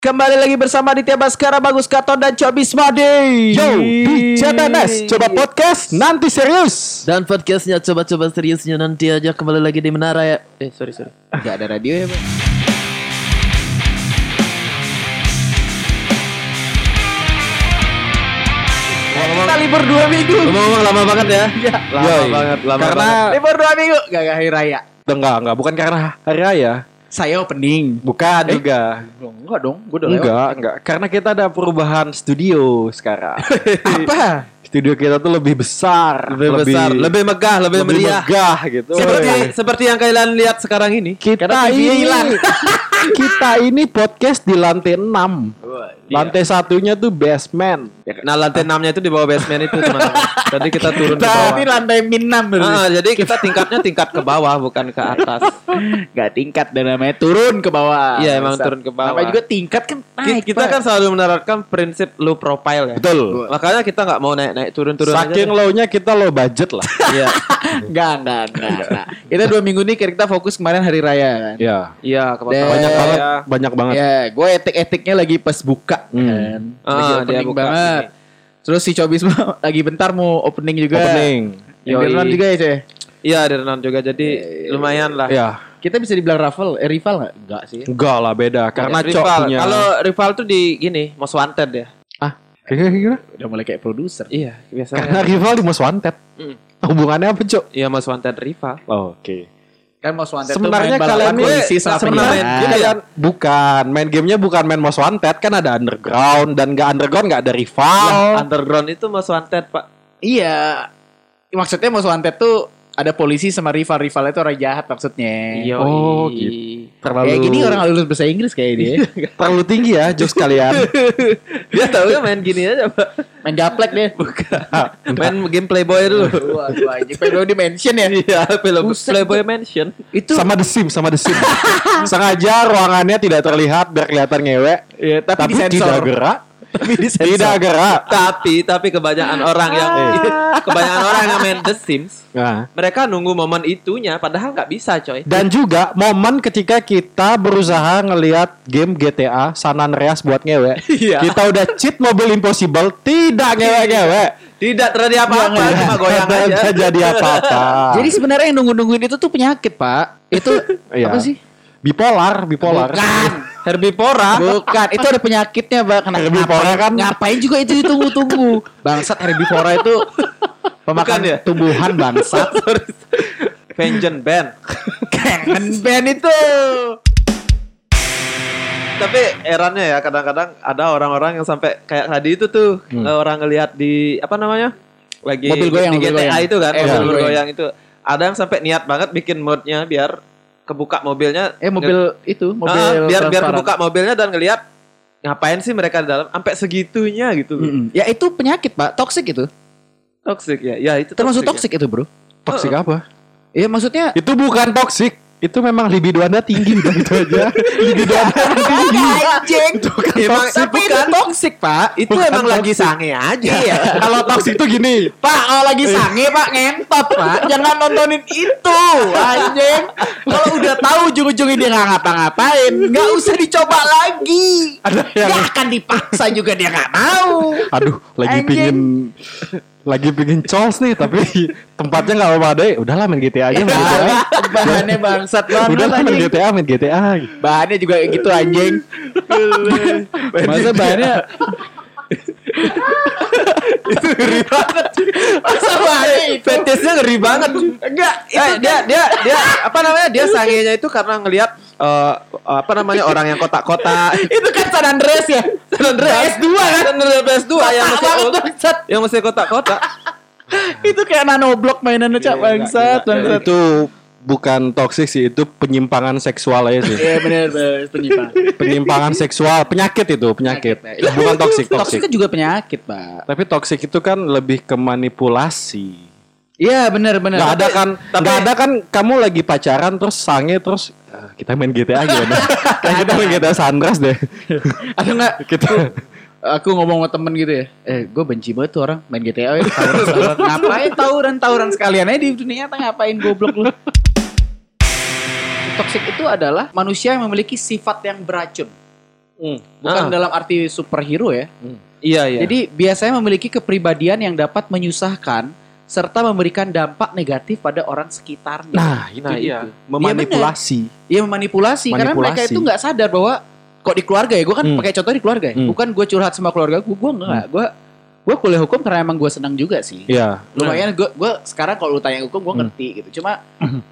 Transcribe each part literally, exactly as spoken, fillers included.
Kembali lagi bersama Ditya Baskara, Bagus Katon, dan Cobis Made. Yo, di C T N S, coba podcast nanti serius. Dan podcastnya coba-coba seriusnya nanti aja. Kembali lagi di Menara ya. Eh sorry sorry. Gak ada radio ya, Bang? Kita libur dua minggu. Ngomong-ngomong lama banget ya. Ya, Lama Yoi. banget, lama Karena banget. libur dua minggu. Gak gak hari raya. enggak, enggak, bukan karena hari raya. Saya opening. Bukan juga. Enggak dong, gue udah lewat. Enggak, enggak. Karena kita ada perubahan studio sekarang. Apa? Studio kita tuh lebih besar, Lebih, besar, lebih megah, lebih, lebih meriah. megah gitu. Seperti Woi. seperti yang kalian lihat sekarang ini. kita Karena T V-nya ini hilang. kita ini podcast di lantai enam. Lantai satunya tuh basement. Nah lantai enam-nya itu di bawah basement itu teman-teman. Tadi kita turun ke bawah. Tadi lantai min enam Ah, jadi kita tingkatnya tingkat ke bawah bukan ke atas. Gak tingkat dan namanya turun ke bawah. Iya, emang Bangsat. turun ke bawah. Namanya juga tingkat kan naik. Kita Pak. kan selalu menerapkan prinsip low profile ya. Betul. Makanya kita nggak mau naik-naik turun-turun Saking aja. low-nya kita low budget lah. Iya. Enggak, enggak, enggak, enggak. Kita dua minggu nih kita fokus kemarin hari raya kan. Ya. Iya, Dan- Banyak banget, ya. banyak banget. Ya, gue etik-etiknya lagi pas buka Hmm. kan. Ah, Lagi dia opening buka banget. Terus si Cobis mau- lagi bentar mau opening juga. Opening. Yang Yoi. Dirnan juga ya, Coy. Iya, ada Renan juga jadi lumayan lah. Ya. Kita bisa dibilang rival, eh rival enggak? Enggak sih. Enggak lah, beda. Karena Cok rival. punya. Kalau rival tuh di gini, Most Wanted ya. Ah, kira-kira. Udah mulai kayak produser. Iya, biasanya. Karena rival di Most Wanted. Mm. Hubungannya apa, Cok? Iya, Most Wanted rival. Oh, Oke. Kan Most Wanted Sebenarnya tuh main kalian balapan nih polisi sama sebenarnya penyiaran. kalian bukan main gamenya bukan main Most Wanted, kan ada underground dan nggak underground nggak ada rival. Lah, Underground itu Most Wanted, Pak. Iya. Maksudnya Most Wanted tuh ada polisi sama rival-rival itu orang jahat maksudnya. Iya. Oh, gitu. Terlalu Kayak gini orang lulus bahasa Inggris kayak dia. terlalu tinggi ya jokes kalian. Dia tahu ya main gini aja, Pak. Main gaplek deh. Main game Playboy dulu. Wah, gua anjing pengen di mention ya. Iya, film Buset, Playboy Mansion. Itu sama The Sims, sama The Sims. Sengaja ruangannya tidak terlihat biar kelihatan ngewek. ya, tapi, Tapi disensor. tidak gerak. Tapi disensor. Tidak gerak. Tapi tapi kebanyakan orang yang kebanyakan orang yang main The Sims, Nah. mereka nunggu momen itunya padahal nggak bisa, coy. Dan juga momen ketika kita berusaha ngelihat game G T A San Andreas buat ngewek. Iya. Kita udah cheat Mobil Impossible, tidak ngewek-ngewek. Tidak terjadi apa-apa, cuma goyang Tidak aja. jadi apa-apa. Jadi sebenarnya yang nunggu-nungguin itu tuh penyakit, Pak. Itu Iya. apa sih? bipolar, bipolar. Bukan. Herbivora. Bukan, itu ada penyakitnya, Pak. Kena Herbivora ngapain, kan- ngapain juga itu ditunggu-tunggu. Bangsat herbivora itu pemakan Bukan ya? tumbuhan bangsat. Vengeance Band. Kangen band itu. Tapi erannya ya kadang-kadang ada orang-orang yang sampai kayak tadi itu tuh Hmm. eh, orang ngelihat di apa namanya? Lagi Mobil goyang, di mobil G T A goyang. itu kan, Eh, mobil mobil goyang. goyang itu. Ada yang sampai niat banget bikin modnya biar kebuka mobilnya. Eh mobil itu, mobil Ah, biar biar transparan. kebuka mobilnya dan ngelihat ngapain sih mereka di dalam sampai segitunya gitu. Mm-mm. Ya itu penyakit, Pak. Toxic itu. Toxic ya. Ya itu Termasuk toxic. toxic itu, Bro. Toksik apa? Iya, maksudnya Itu bukan toksik. Itu memang libido Anda tinggi udah itu aja. Libido Anda tinggi. anjing. Itu bukan Emang- toksik. Tapi itu toxic, Pak. Itu Bukan emang lagi toxic. sange aja. Iya. Kalau toksik itu gini. Pak, kalau lagi sange, Pak, ngentot, Pak. Jangan nontonin itu, anjing. Kalau udah tahu ujung-ujungnya dia nggak ngapa-ngapain, nggak usah dicoba lagi. Ada yang Nggak akan dipaksa juga dia nggak mau. aduh lagi Anjing. pingin lagi pingin cols nih tapi tempatnya nggak apa-apa deh. Udahlah main G T A aja main G T A. Bahannya bangsat banget, Udahlah main anjing. G T A main G T A. Bahannya juga kayak gitu, anjing. Masa bahannya Masa bahannya itu? Fetishnya ngeri banget. Enggak, Eh, dia dia dia apa namanya? Dia sangenya itu karena ngelihat eh, apa namanya orang yang kotak-kotak. itu kan San Andreas ya. San Andreas P S dua kan? San Andreas P S dua yang Kotak masih banget, bangsat. yang masih kotak-kotak. Itu kayak nanoblock mainannya, Cak, bangsat, bangsat. Itu bukan toksik sih, itu penyimpangan seksual aja sih. Iya benar benar penyimpangan. Penyimpangan seksual, penyakit itu, penyakit. Penyakit, ya. Bukan toksik, Toksik toksik. kan juga penyakit, Pak. Tapi toksik itu kan lebih ke manipulasi. Iya benar benar. Nggak ada kan, tapi- nggak ada kan kamu lagi pacaran terus sange terus "Ah, kita main G T A gimana? Kayak kita main G T A San Andreas deh. Atau enggak Kita aku ngomong sama temen gitu ya, eh gue benci banget tuh orang main G T A ya, tawuran, tawuran. Ngapain tawuran tawuran sekalian aja di dunia nyata, ngapain goblok lu. Toxic itu adalah manusia yang memiliki sifat yang beracun. Hmm. Bukan Ah. dalam arti superhero ya. Iya, iya. Jadi biasanya memiliki kepribadian yang dapat menyusahkan serta memberikan dampak negatif pada orang sekitarnya. Nah, itu Nah, dia. iya. Memanipulasi. Iya memanipulasi, karena mereka Manipulasi. itu nggak sadar bahwa kok di keluarga ya, gue kan Hmm. pakai contoh di keluarga ya. Hmm. Bukan gue curhat sama keluarga gue, gue enggak. Gue gue kuliah hukum karena emang gue senang juga sih. Iya. Lumayan gue gue sekarang kalau lu tanya hukum gue Hmm. ngerti gitu. Cuma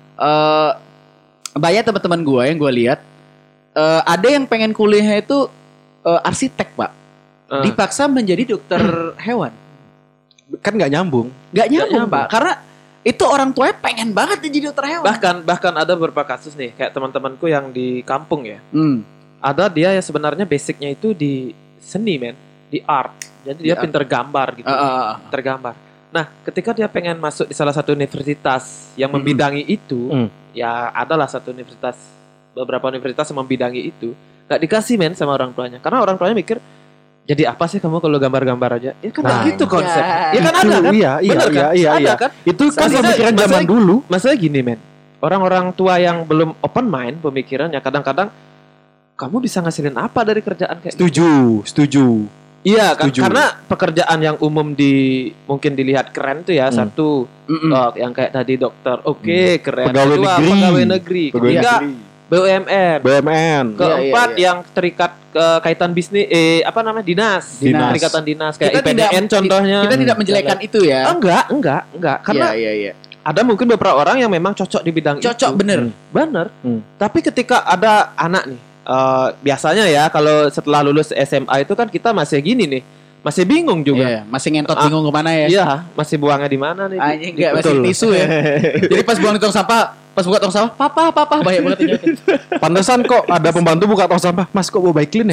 eh banyak teman-teman gue yang gue lihat eh, ada yang pengen kuliahnya itu eh, arsitek pak, Ah. dipaksa menjadi dokter hewan. Kan nggak nyambung. Gak nyambung, nyambung. pak, karena itu orang tuanya pengen banget dia jadi dokter hewan. bahkan bahkan ada beberapa kasus nih kayak teman-temanku yang di kampung ya. Hmm. Ada dia yang sebenarnya basicnya itu di seni men, di art. Jadi dia Di art. pinter gambar gitu. Ah, ah, ah. Tergambar. Nah, ketika dia pengen masuk di salah satu universitas yang Mm-mm. membidangi itu, Mm. ya adalah satu universitas, beberapa universitas yang membidangi itu, nggak dikasih men sama orang tuanya, karena orang tuanya mikir, jadi apa sih kamu kalau gambar-gambar aja? Ya kan nggak Nah, gitu iya. konsep. Ya kan ada Itu, kan? Iya, iya, Bener iya, kan? iya, Ada iya. kan? Itu kan Maksudnya- pemikiran zaman maksudnya- dulu. Masalah gini men, orang-orang tua yang belum open mind pemikirannya, kadang-kadang kamu bisa ngasilin apa dari kerjaan kayak gitu? Setuju, setuju. Iya kan, Setuju. karena pekerjaan yang umum di mungkin dilihat keren tuh ya, Hmm. satu Mm-mm. oh, yang kayak tadi dokter, oke keren. Pegawai Kedua, negeri. pegawai negeri. Pegawai Ketiga negeri. B U M N. B U M N. Keempat Iya, iya, yang terikat ke kaitan bisnis, eh apa namanya dinas, Dinas. Perikatan dinas kayak Kita I P D N tidak- contohnya. Kita tidak menjelekan itu ya. Ah, enggak, enggak, enggak. Karena Iya, iya, iya. ada mungkin beberapa orang yang memang cocok di bidang Cocok itu. bener. Hmm. Bener. Hmm. Tapi ketika ada anak nih, eh, biasanya ya kalau setelah lulus S M A itu kan kita masih gini nih, masih bingung juga. Iya, masih ngentot Ah, bingung kemana ya. Iya, masih buangnya di mana nih? Anjing enggak masih Betul. tisu ya. Jadi pas buang di tong sampah, pas buka tong sampah, papa, papa, banyak banget yang nyotin. Pantesan kok ada pembantu buka tong sampah. Mas kok mau baiklin ya?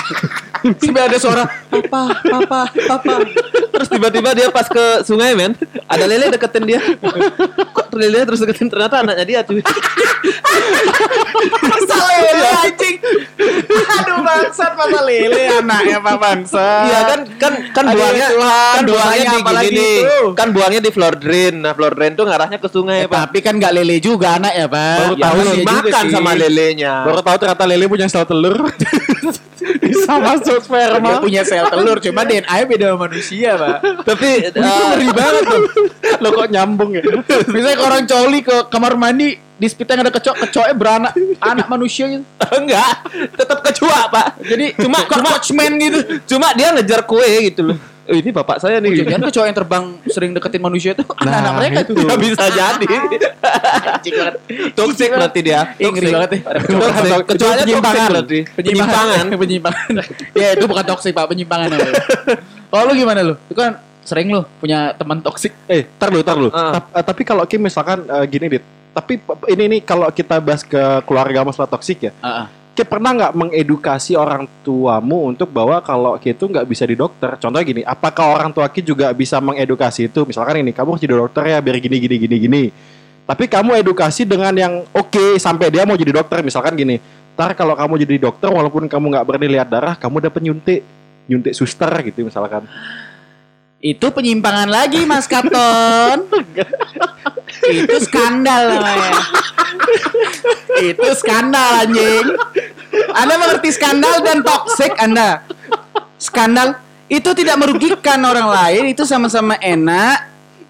Sampai ada suara, papa, papa, papa. Terus tiba-tiba dia pas ke sungai men, ada lele deketin dia. Kok lele terus deketin, ternyata anaknya dia tuh. Masa lele anjing. Aduh bangsat masa lele anaknya Pak bangsat. Iya kan kan kan Aduh, buangnya Tuhan, kan buangnya dosanya di apalagi gini nih. itu? Kan buangnya di floor drain. Nah, floor drain tuh ngarahnya ke sungai, Eh, Pak. tapi kan nggak lele juga anak ya Pak. Baru Ya, tahu kan sih dimakan juga sama sih. lelenya. Baru tahu ternyata lele punya sel telur. Bisa masuk Dia sperma. punya sel telur, cuma D N A-nya beda sama manusia Pak. Tapi Itu eh, ngeri banget tuh. Lo kok nyambung ya? Misalnya ke orang coli ke kamar mandi, di spitnya ada kecoak, kecoaknya beranak anak manusia gitu. enggak, tetap kecoa, Pak. Jadi Cuma cuma coachman gitu. cuma dia ngejar kue gitu loh. Oh, ini bapak saya nih. Jangan kecoak yang terbang sering deketin manusia itu Nah, anak-anak mereka itu. tuh. Ya bisa jadi. Anjing banget. Toxic berarti dia. Ih, ngeri banget ya. Toxic. Itu Kecoanya penyimpangan. toxic berarti. Penyimpangan. Penyimpangan. Ya itu bukan toksik Pak, penyimpangan namanya. Kalau lu gimana lu? Itu kan sering lu punya teman toksik. Eh, tar dulu, tar dulu. Ah. Tap- eh, tapi kalau Kim misalkan eh, gini, Dit. Tapi p- ini nih kalau kita bahas ke keluarga masalah toksik ya. Heeh. Kim pernah nggak mengedukasi orang tuamu untuk bahwa kalau Ki itu nggak bisa di dokter? Contohnya gini, apakah orang tua Ki juga bisa mengedukasi itu? Misalkan ini, kamu harus jadi dokter ya biar gini, gini, gini, gini. Tapi kamu edukasi dengan yang oke sampai dia mau jadi dokter. Misalkan gini, ntar kalau kamu jadi dokter walaupun kamu nggak berani lihat darah, kamu dapat nyuntik, nyuntik suster gitu misalkan. Itu penyimpangan lagi Mas Kapton. Itu skandal namanya. Itu skandal anjing. Anda mengerti skandal dan toksik Anda. Skandal itu tidak merugikan orang lain, itu sama-sama enak.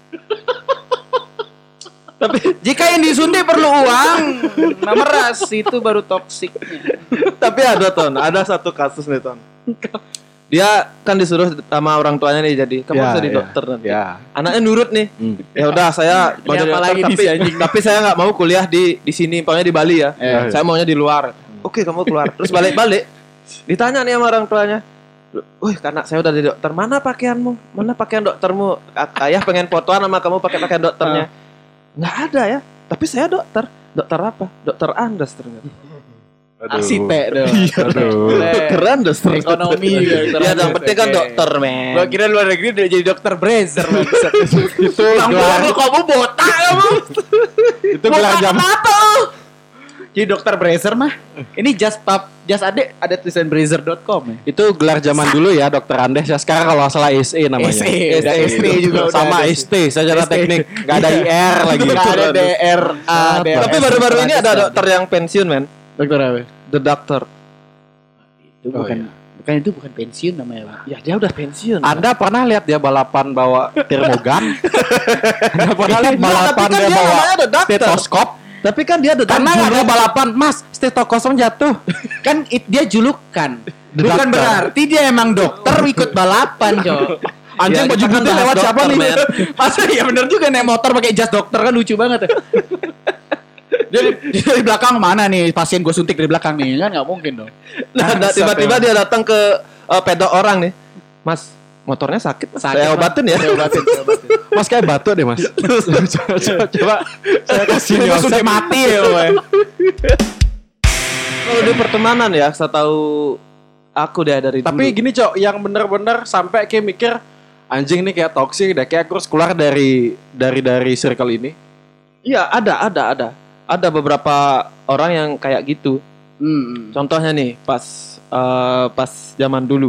Tapi jika yang disuntik perlu uang, nah meras itu baru toksik. Tapi ada Ton, ada satu kasus nih Ton. Dia kan disuruh sama orang tuanya nih jadi kamu Ya, harus jadi ya, dokter nanti. Ya. Anaknya nurut nih. Hmm. Ya udah saya mau Ini jadi apa dokter lagi nih tapi, si anjing? tapi saya nggak mau kuliah di di sini, pokoknya di Bali ya. Eh. Saya maunya di luar. Oke kamu keluar. Terus balik-balik. Ditanya nih sama orang tuanya. Wih, karena saya udah jadi dokter, mana pakaianmu? Mana pakaian doktermu? A- Ayah pengen fotoan sama kamu pakai pakaian dokternya. Nggak ada ya. Tapi saya dokter. Dokter apa? Dokter Andes ternyata. Arsitek dong. Aduh. Dokter Andes ternyata. Ekonomi juga. dokter Ya, yang Andes. penting kan Oke. dokter, men. Gua kira luar negeri udah jadi dokter Brazer bangsat. Itu Lang gelar, lu kamu botak kamu. itu gelar Botak zaman. kenapa lu? Jadi dokter Brazer mah. Ini just pap, just ade ada tulisan brazer dot com ya. Itu gelar zaman dulu ya, Dokter Andes ya. Sekarang kalau nggak salah S E namanya. S E, udah S T juga udah sama ada. S T secara S T. teknik, nggak ada I R lagi. Nggak ada D R A. Apa? D R S. Tapi baru-baru ini ada dokter yang pensiun, men. Dokter apa? The Doctor. Itu Oh, bukan iya. bukan itu bukan pensiun namanya, Pak. Ya dia udah pensiun. Anda pernah lihat dia balapan bawa termogan? Anda pernah lihat balapan tapi kan dia dia bawa namanya udah dokter. stetoskop? Tapi kan dia udah Karena nggak juru- ada balapan, Mas, stetoskop jatuh. Kan it, dia julukan. Bukan Dokter. berarti dia emang dokter ikut balapan, Cok. Anjing Ya, baju kita kan putih bahas lewat siapa dokter, nih? men. Masa ya bener juga naik motor pakai jas dokter kan lucu banget ya. Dia, dia dari belakang mana nih pasien gue suntik dari belakang nih kan nggak mungkin dong. Nah, nah, tiba-tiba dia datang ke uh, pedok orang nih. Mas, motornya sakit. Mas. Sakit, Saya Mas. obatin ya. Saya obatin, saya obatin. Mas kayak batuk deh, Mas. coba, coba, coba saya kasih Dia nyosep. suntik mati ya, Pak. Kalau di pertemanan ya, saya tahu aku deh dari Tapi dulu. gini, Cok, yang bener-bener sampai kayak mikir anjing nih kayak toksik deh, kayak aku harus keluar dari dari dari circle ini. Iya, ada, ada, ada. Ada beberapa orang yang kayak gitu. Hmm. Contohnya nih, pas uh, pas zaman dulu.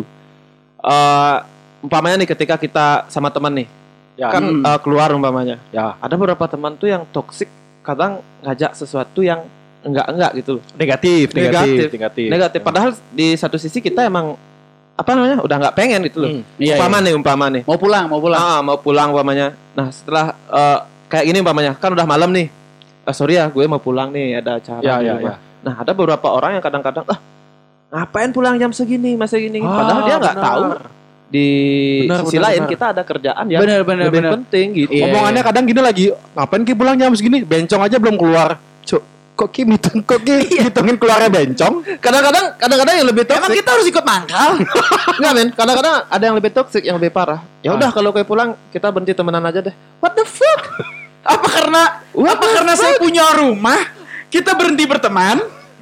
Uh, umpamanya nih ketika kita sama teman nih, Ya, kan Hmm. uh, keluar umpamanya. ya. Ada beberapa teman tuh yang toksik, kadang ngajak sesuatu yang enggak-enggak gitu loh. Negatif, negatif, Negatif. negatif. Negatif. Padahal di satu sisi kita emang apa namanya udah nggak pengen gitu loh. Hmm. Iya, umpama iya. nih, umpama nih. Mau pulang, mau pulang. Ah, mau pulang umpamanya. Nah setelah eh, kayak gini umpamanya, kan udah malam nih. Ah, sorry ya, gue mau pulang nih, ada acara Ya, di ya, rumah. ya. Nah ada beberapa orang yang kadang-kadang, ah ngapain pulang jam segini, masih gini. Ah, Padahal dia nggak benar. tahu di Benar, sisi benar, lain benar. kita ada kerjaan yang Benar, benar, lebih benar. penting gitu. Iya. Omongannya kadang gini lagi, ngapain Ki pulang jam segini? Bencong aja belum keluar. Cuk, kok Ki hitung, kok Ki hitungin keluarnya bencong? Kadang-kadang, kadang-kadang yang lebih Emang toksik. kita harus ikut mangkal? Enggak men, kadang-kadang ada yang lebih toksik, yang lebih parah. Ya Ah. udah kalau gue pulang kita berhenti temenan aja deh. What the fuck? Apa karena What apa the karena fuck? saya punya rumah kita berhenti berteman?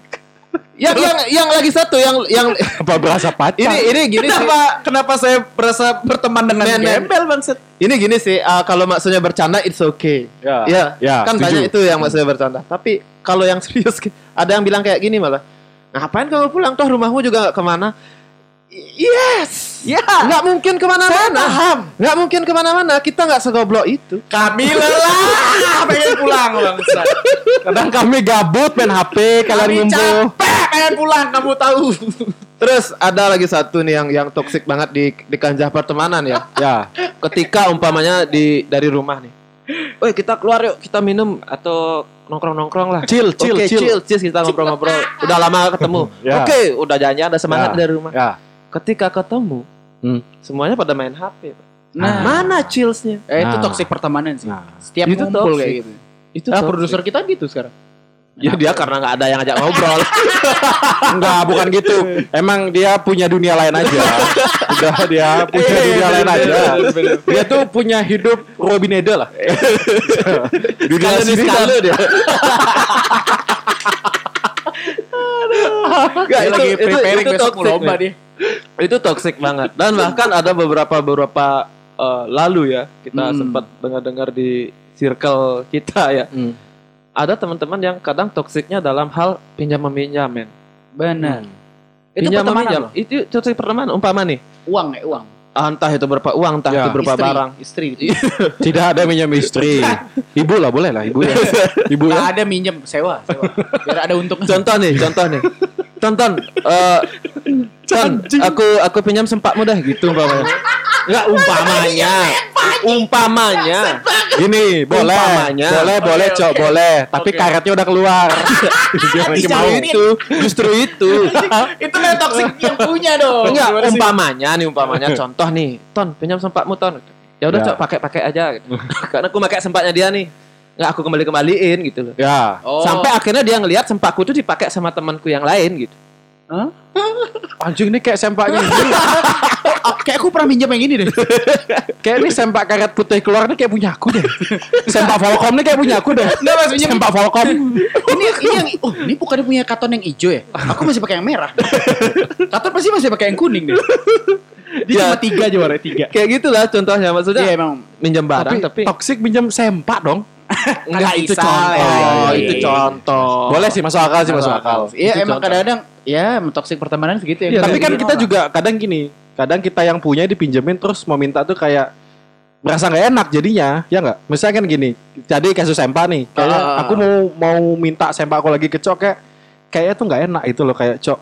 Yang yang yang lagi satu yang yang Apa berasa pacar? ini ini gini sih. Kenapa kenapa saya berasa berteman dengan Men, men. gembel bangsat? Ini gini sih, uh, kalau maksudnya bercanda it's okay. Ya, Iya, ya, kan setuju. banyak itu yang maksudnya bercanda. Tapi kalau yang serius, ada yang bilang kayak gini malah. Ngapain kamu pulang toh rumahmu juga nggak kemana? I- Yes, Ya, nggak mungkin kemana-mana. paham. Nggak mungkin kemana-mana. Kita nggak segoblok itu. Kami lelah pengen pulang bangsat. Kadang kami gabut main H P, kalian Kami ngumpul. capek pengen pulang, kamu tahu. Terus ada lagi satu nih yang yang toksik banget di di kancah pertemanan ya. Ya, Ketika umpamanya di dari rumah nih. Woi, kita keluar yuk, kita minum atau nongkrong-nongkrong lah. chill, chill, Oke, chill. chill, chill, kita ngobrol-ngobrol. Udah lama gak ketemu. Ya. Oke, udah janji ada semangat Ya. dari rumah. Ya. Ketika ketemu, Hmm. semuanya pada main H P. Nah, Mana chillsnya? eh, itu Nah. toksik pertemanan sih. Nah. Setiap Itu ngumpul toxic. kayak gitu. Itu Nah, toxic. produser kita gitu sekarang. Ya dia karena nggak ada yang ngajak ngobrol. Enggak, bukan gitu. Emang dia punya dunia lain aja. Udah dia punya Iya, dunia iya, lain bener, aja. bener, bener. Dia tuh punya hidup Robin Eda lah. Dunia Kalau di sendiri skala kan. dia. Nggak, Dia itu- lagi itu- preparing itu besok mau toxic, lomba men. dia. Itu toxic banget. Dan bahkan ada beberapa beberapa eh, lalu ya kita Hmm. sempat dengar-dengar di circle kita ya. Hmm. Ada teman-teman yang kadang toksiknya dalam hal pinjam meminjam, men. Benar. Itu Pinjam pertemanan meminjam. loh. Itu toksik pertemanan. Umpama nih, Uang ya, uang. entah itu berupa uang, entah Ya. itu berupa Istri, barang. Istri. Tidak ada minjem istri. Ibu lah, boleh lah ibu ya. Ibu Nggak ya. ada minjem, sewa, sewa. Biar ada untung. Contoh nih, contoh nih. Tonton, eh Ton, aku aku pinjam sempakmu dah gitu umpamanya. Enggak umpamanya. Umpamanya. Gini, boleh. Umpamanya. Boleh, boleh, Oke, Cok, oke. boleh. Tapi Oke. karetnya udah keluar. Dia masih Bisa mau. ini. Itu, justru itu. Itu yang toksik yang punya dong. Enggak, Gimana sih? umpamanya nih umpamanya contoh nih, Ton, pinjam sempakmu Ton. Ya udah Ya. Cok, pakai-pakai aja gitu. Karena aku pakai sempaknya dia nih. Enggak aku kembali-kembaliin gitu loh. Ya. Oh. Sampai akhirnya dia ngelihat sempakku tuh dipakai sama temanku yang lain gitu. Hah? Anjing ini kayak sempaknya ini. Oh, kayak aku pernah minjem yang ini deh. Kayak ini sempak karet putih keluar ini kayak punya aku deh. Sempak Volcom ini kayak punya aku deh. Nggak, Mas, minjem. Sempak Volcom. ini ini yang oh, ini bukannya punya karton yang hijau ya? Aku masih pakai yang merah. Karton pasti masih pakai yang kuning deh. Dia Ya. cuma tiga aja warna tiga. Kayak gitulah contohnya maksudnya. Iya emang Minjem barang tapi, toksik minjem sempak dong. enggak Agak itu bisa. contoh. Oh, itu iya. contoh. Boleh sih masuk akal sih masuk akal. Iya Itu emang contoh. kadang-kadang ya toksik pertemanan segitu ya. Iya, Tapi kan gitu kita orang. juga kadang gini, kadang kita yang punya dipinjemin terus mau minta tuh kayak merasa nggak enak jadinya, ya nggak? Misalnya kan gini, jadi kasus sempak nih, kayaknya Ah. aku mau mau minta sempak aku lagi ke Cok kayak kayaknya tuh nggak enak itu loh kayak Cok,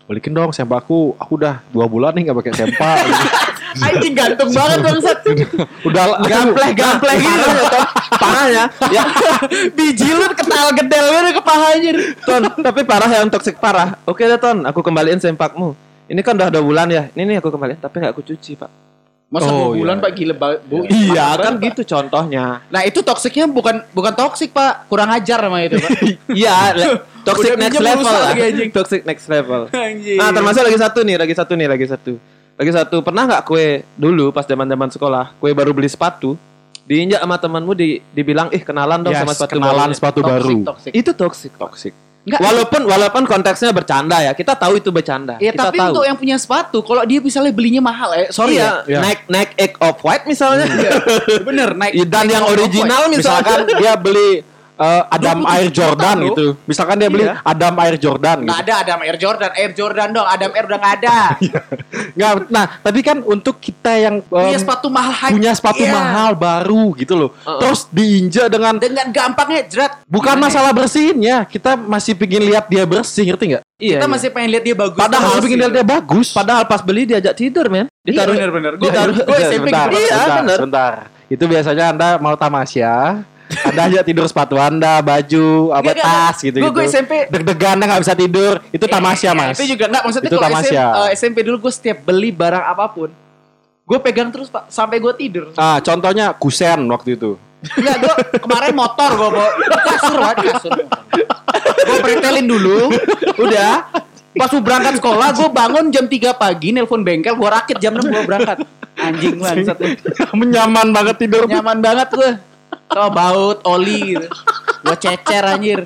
balikin dong sempakku, aku udah dua bulan nih nggak pakai sempak. Anjing gantung banget bangsat. Udah Gampleh, gampleh gitu ya, Ton. Parahnya. Ya, Biji lu ketal gedel lu ke paha anjir. Ton, tapi parah yang toksik parah. Oke deh, Ton, aku kembaliin sempakmu. Ini kan udah dua bulan ya. Ini nih aku kembaliin, tapi nggak aku cuci, Pak. Masa Oh, dua bulan iya. Pak gila ba- bu. Iya, Parah kan banget, Pak. gitu contohnya. Nah, itu toksiknya bukan bukan toksik, Pak. Kurang ajar namanya itu, Pak. Iya, le- toxic Udah next minjem level rusak lah. lagi, anjing. Toxic next level. Anjing. Nah, termasuk lagi satu nih, lagi satu nih, lagi satu. Lagi satu, pernah nggak kue dulu pas zaman-zaman sekolah, kue baru beli sepatu, diinjak sama temanmu di dibilang, "Ih, kenalan dong Yes, sama sepatu kenalan baru." sepatu Toksik, baru. toksik. Itu toxic. Toxic. Enggak, Walaupun walaupun konteksnya bercanda ya, kita tahu itu bercanda. ya kita tapi tahu. untuk yang punya sepatu, kalau dia misalnya belinya mahal, eh sorry iya, ya. Nike Nike Egg of White misalnya. ya. Bener, naik. Dan yang original Misalkan misalkan dia beli eh, Adam Dulu Air tuh Jordan juta, gitu. Misalkan dia beli Iya. Adam Air Jordan Nggak gitu. ada Adam Air Jordan, Air Jordan dong. Adam Air udah nggak ada. Nggak, nah, tapi kan untuk kita yang Punya em, sepatu mahal, hype. punya sepatu Iya. mahal baru gitu loh. Uh-uh. Terus diinjak dengan Dengan gampangnya jerat. bukan Gimana ya? masalah bersihinnya, kita masih pingin lihat dia bersih, ngerti nggak? Iya, Kita iya. masih pengen lihat dia bagus. Padahal terus, pingin lihat gitu. dia bagus. Padahal pas beli diajak tidur, men. Iya Ditaruh bener-bener. Gue ditaruh- gue S M P sebentar, gitu. Iya, sebentar, bener. sebentar. Itu biasanya Anda mau tamasya, Anda aja tidur sepatu Anda, baju, apa Nggak, nggak, tas nggak. gitu Gua- gitu. gua S M P Deg-degan nggak bisa tidur, itu tamasya, Ya, Mas. Itu juga enggak maksudnya Itu kalau S M, tamasya. eh, S M P dulu gue setiap beli barang apapun, gue pegang terus Pak sampai gue tidur. Ah, contohnya kusen waktu itu. Enggak, gue kemarin motor gue bawa kasur, Pak, kasur. Gue pretelin dulu, udah. Pas gue berangkat sekolah, gue bangun jam tiga pagi, nelpon bengkel, gue rakit jam enam gue berangkat. Anjing bangsat. Menyaman banget tidur. Nyaman banget gue. Kalau baut, oli gitu. Gue cecer anjir.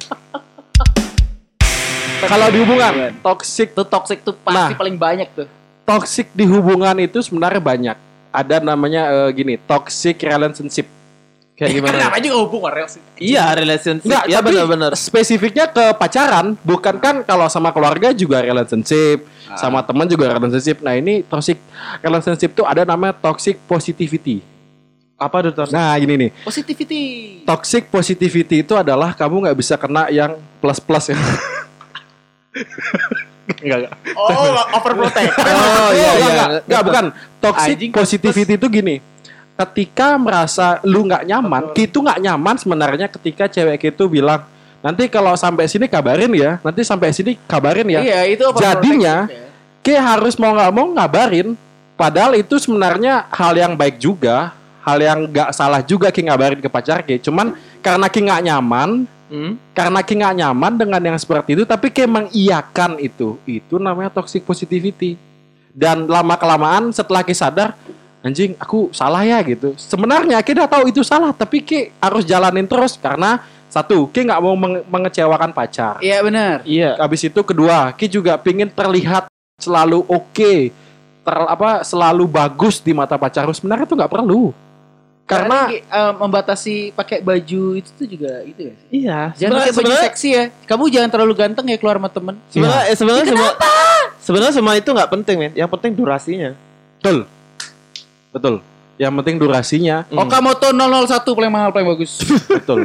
Kalau di hubungan, toxic Itu toxic tuh pasti Nah. paling banyak tuh. toxic di hubungan itu sebenarnya banyak. Ada namanya eh, gini, toxic relationship. Kayak gimana? Kenapa juga hubungan relasi? Iya, relationship. Enggak, Iya, tapi benar-benar. spesifiknya ke pacaran, bukan kan kalau sama keluarga juga relationship, sama teman juga relationship. Nah, ini toxic relationship tuh ada namanya toxic positivity. Apa tuh, Ton? Nah, gini nih. Positivity. Toxic positivity itu adalah kamu nggak bisa kena yang plus-plus ya. Enggak, enggak. Oh, overprotect. Oh, iya, iya. Enggak, bukan. Toxic Anjing, positivity itu gini. Ketika merasa lu nggak nyaman, itu nggak nyaman sebenarnya ketika cewek itu bilang, nanti kalau sampai sini kabarin ya, nanti sampai sini kabarin ya. Iya, itu overprotect. Jadinya, Ki harus mau nggak mau ngabarin. Padahal itu sebenarnya hal yang baik juga, hal yang nggak salah juga Ki ngabarin ke pacar Ki. Cuman karena Ki nggak nyaman, Hmm? karena Ki nggak nyaman dengan yang seperti itu, tapi Ki mengiyakan itu, itu namanya toxic positivity. Dan lama kelamaan setelah Ki sadar, anjing aku salah ya gitu. Sebenarnya Ki udah tahu itu salah, tapi Ki harus jalanin terus karena satu, Ki nggak mau menge- mengecewakan pacar. Iya benar. Iya. Habis itu kedua, Ki juga pingin terlihat selalu oke, ter apa selalu bagus di mata pacar. Sebenarnya itu nggak perlu. Karena Karena eh, membatasi pakai baju itu tuh juga gitu ya. Iya. Jangan Sebenarnya pakai baju sebenarnya seksi ya. Kamu jangan terlalu ganteng ya keluar sama temen. sebenarnya eh, sebenarnya semua sebenarnya semua itu nggak penting, men. Yang penting durasinya. betul, betul. Yang penting durasinya, Hmm. Okamoto nol nol satu paling mahal paling bagus. betul.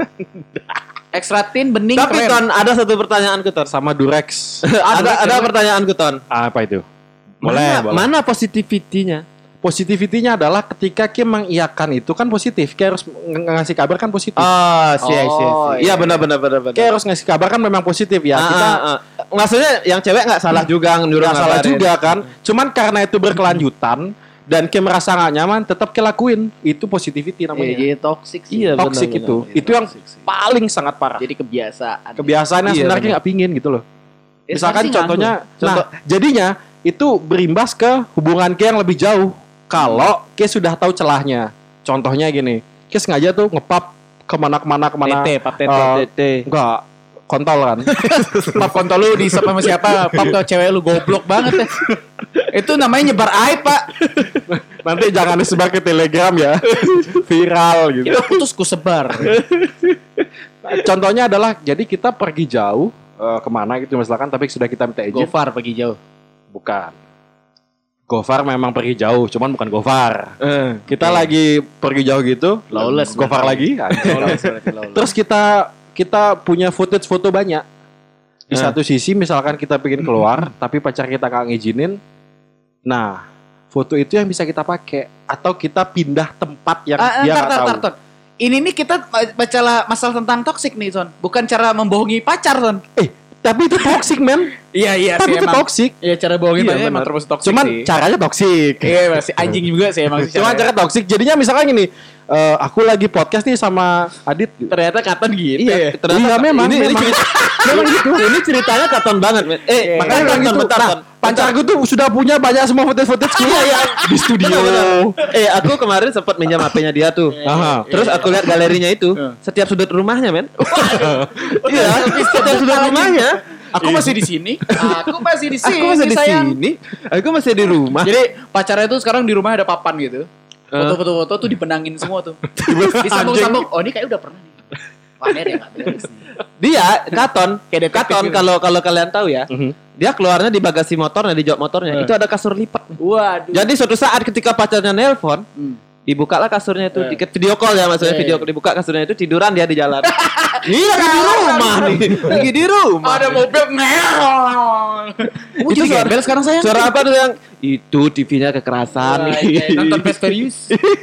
Extra thin bening Tapi keren. Ton, ada satu pertanyaanku, Ton. Sama Durex. ada ada pertanyaanku, Ton. Apa itu? Mana, Boleh, boleh. mana positivity-nya? Positivity-nya adalah ketika Ki mengiyakan itu kan positif. Ki harus ng- ngasih kabar kan positif. Oh, sih, Oh, sih. iya. Iya, benar benar benar benar. Ki harus ngasih kabar kan memang positif ya. Ah, Kita ah, ah. Maksudnya yang cewek nggak salah juga nyuruh nggak salah ngabarin. juga kan. Cuman karena itu berkelanjutan dan Ki merasa nggak nyaman, tetap Ki lakuin. Itu positivity Iya, namanya. jadi toxic sih. Iya, Toxic benar, itu. benar. Itu yang paling sangat parah. Jadi kebiasaan. Kebiasaan yang Iya, sebenarnya benar. nggak pingin gitu loh. Ya, Misalkan sebenarnya sih contohnya, nganggur. Contoh- nah jadinya itu berimbas ke hubungan Ki yang lebih jauh. Kalau Ki sudah tahu celahnya. Contohnya gini, Ki sengaja tuh ngepap kemana-kemana kemana. Tete, pap tete. Eh, Tete. Enggak, kontol kan. Pap kontol lu di sama siapa? Pap ke cewek lu goblok banget ya. Itu namanya nyebar aib, Pak. Nanti jangan disebar ke Telegram ya. Viral gitu. Kita putus ku sebar. Contohnya adalah jadi kita pergi jauh eh, kemana gitu misalkan, tapi sudah kita minta izin. Gofar pergi jauh. Bukan. Gofar memang pergi jauh, cuman bukan Gofar. Eh. Kita Oke. lagi pergi jauh gitu, Lawless Gofar berarti. lagi. anjing. Lawless berarti, lawless. Terus kita kita punya footage foto banyak. Di Ah. satu sisi misalkan kita pengen keluar tapi pacar kita nggak ngizinin, nah foto itu yang bisa kita pakai atau kita pindah tempat yang Ah, dia ntar, nggak ntar, tahu. ntar, Ton. Ini nih kita baca masalah tentang toxic nih, Son. Bukan cara membohongi pacar, Son. Eh, tapi itu toxic men. Iya, iya Tapi itu toxic. Iya, cara bohongin Iya, pacar emang benar. terus toxic Cuman sih. caranya toxic. Iya, masih anjing juga sih emang sih Cuma caranya. cara toxic. Jadinya misalkan gini, eh, aku lagi podcast nih sama Adit. Ternyata Katon gitu Iya, ya. ternyata Iya, memang, ini, memang. Ini, memang gitu. Ini ceritanya katon banget, men. Eh, Iya. makanya Makanya bentar, gitu. bentar, Nah, Ton. pacarku tuh sudah punya banyak semua footage-footage Iya, iya. di studio. Eh, aku kemarin sempat minjam H P-nya dia tuh. Aha. Terus aku lihat galerinya itu, Iya. setiap sudut rumahnya, men. Iya, setiap sudut rumahnya. Aku masih di sini. Aku masih di sini. Aku masih di sayang. sini. Aku masih di rumah. Jadi pacarnya tuh sekarang di rumah ada papan gitu. Foto-foto tuh dipenangin semua tuh. Disambung-sambung. Oh, ini kayak udah pernah nih. Pamer ya nggak beres nih. Dia Katon, Kayak detektif Katon gitu. kalau kalau kalian tahu ya, Mhm. dia keluarnya di bagasi motornya, di jok motornya, Eh. itu ada kasur lipat. Waduh. Jadi suatu saat ketika pacarnya nelpon, Hmm. dibukalah kasurnya itu, Eh. di video call ya maksudnya, Eh. video dibuka kasurnya itu tiduran dia di jalan. Iya, lagi di rumah nih, lagi di rumah. Ada mobil ngel. Kamu Itu jadi suara- gembel sekarang sayang. Suara apa tuh yang itu T V-nya kekerasan. Wah, iya, nonton Fast Furious.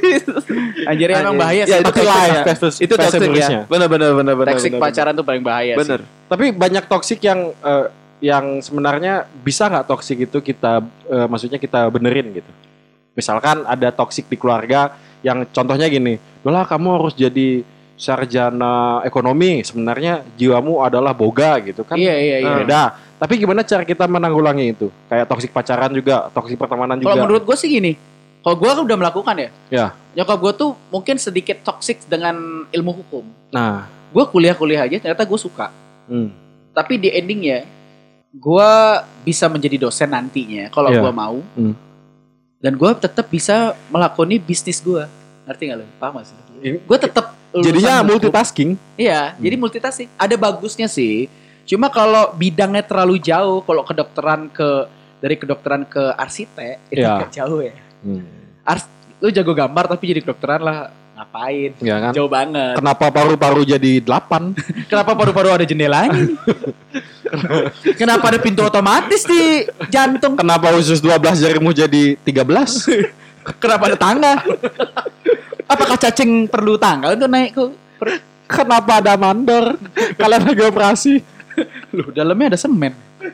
Anjir emang bahaya sih. Ya, itu Pakai toxic live, ya. fast- fast- Itu fast toxic Furious-nya. ya. Benar benar benar benar. Toxic benar, pacaran tuh paling bahaya sih. Benar. Tapi banyak toksik yang eh, yang sebenarnya bisa nggak toksik itu kita eh, maksudnya kita benerin gitu. Misalkan ada toksik di keluarga yang contohnya gini, "Udah kamu harus jadi sarjana ekonomi, sebenarnya jiwamu adalah boga," gitu kan. Iya, iya, iya. Beda. Tapi gimana cara kita menanggulangi itu? Kayak toksik pacaran juga, toksik pertemanan juga. Kalau menurut gue sih gini, kalau gue kan udah melakukan ya. Ya. Nyokap gue tuh mungkin sedikit toksik dengan ilmu hukum. Nah, Gue kuliah-kuliah aja ternyata gue suka. hmm. Tapi di endingnya, gue bisa menjadi dosen nantinya kalau Iya. gue mau. Hmm. Dan gue tetap bisa melakoni bisnis gue. Ngerti gak lo? Paham gak sih? Ini- Gue tetap lulusan jadinya hukum. multitasking. Iya, jadi multitasking. Ada bagusnya sih. Cuma kalau bidangnya terlalu jauh, kalau kedokteran ke dari kedokteran ke arsitek itu Iya. agak jauh ya. Hmm. Ars, lu jago gambar tapi jadi kedokteran lah ngapain? Ya kan? Jauh banget. Kenapa paru-paru jadi delapan? Kenapa paru-paru ada jendelanya? nih? Kenapa ada pintu otomatis di jantung? Kenapa usus dua belas jarimu jadi tiga belas? Kenapa ada tangga? Apakah cacing perlu tangga untuk naik ke perut? Kenapa ada mandor? Kalian lagi operasi? Loh, dalamnya ada semen.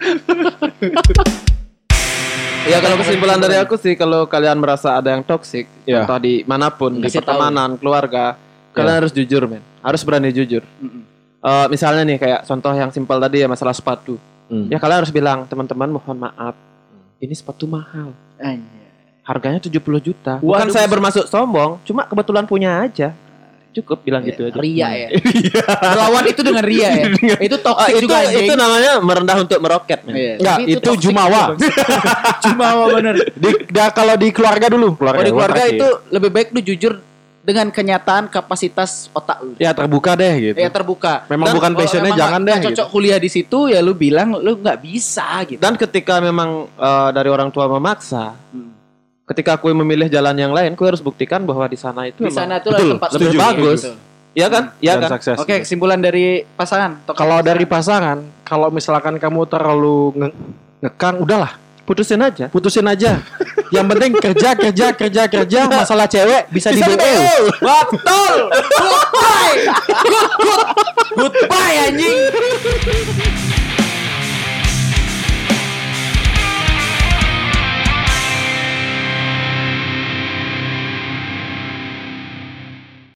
Ya kalau kesimpulan dari aku sih, kalau kalian merasa ada yang toksik, Ya. entah di manapun, di Kasih tahu. pertemanan, keluarga, kalian harus jujur, men. Harus berani jujur. Mm-mm. Eh, misalnya nih kayak contoh yang simpel tadi ya, masalah sepatu. Hmm. Ya kalian harus bilang, teman-teman mohon maaf, ini sepatu mahal. Anjir. Harganya tujuh puluh juta. Bukan Waduh, saya bus- bermaksud sombong, cuma kebetulan punya aja. Cukup bilang gitu aja. Ria ya. Melawan itu dengan ria ya. Itu Oh, toxic itu juga anjing. itu namanya merendah untuk meroket, men. Iya, Enggak, tapi itu toxic jumawa. juga, Bang. Jumawa bener. Di, da, kalau di keluarga dulu, keluarga, Kalau di gua keluarga terakhir. itu lebih baik lu jujur dengan kenyataan kapasitas otak lu. ya terbuka deh gitu. Ya terbuka. Memang bukan kalau passionnya, memang jangan nggak deh, cocok kuliah di situ ya lu bilang lu nggak bisa gitu. Dan ketika memang eh, dari orang tua memaksa, Hmm. ketika aku memilih jalan yang lain, aku harus buktikan bahwa di sana itu Di memang sana tuh betul, tempat lebih setuju. bagus. Gitu. Iya kan? Iya Dan kan? sukses. Oke, kesimpulan dari pasangan. Toxic Kalau pasangan. dari pasangan, kalau misalkan kamu terlalu nge- ngekang, udahlah, Putusin aja. putusin aja. Yang penting kerja, kerja, kerja, kerja. Masalah cewek bisa, di B O. Betul. Goodbye. Good, good. Goodbye anjing.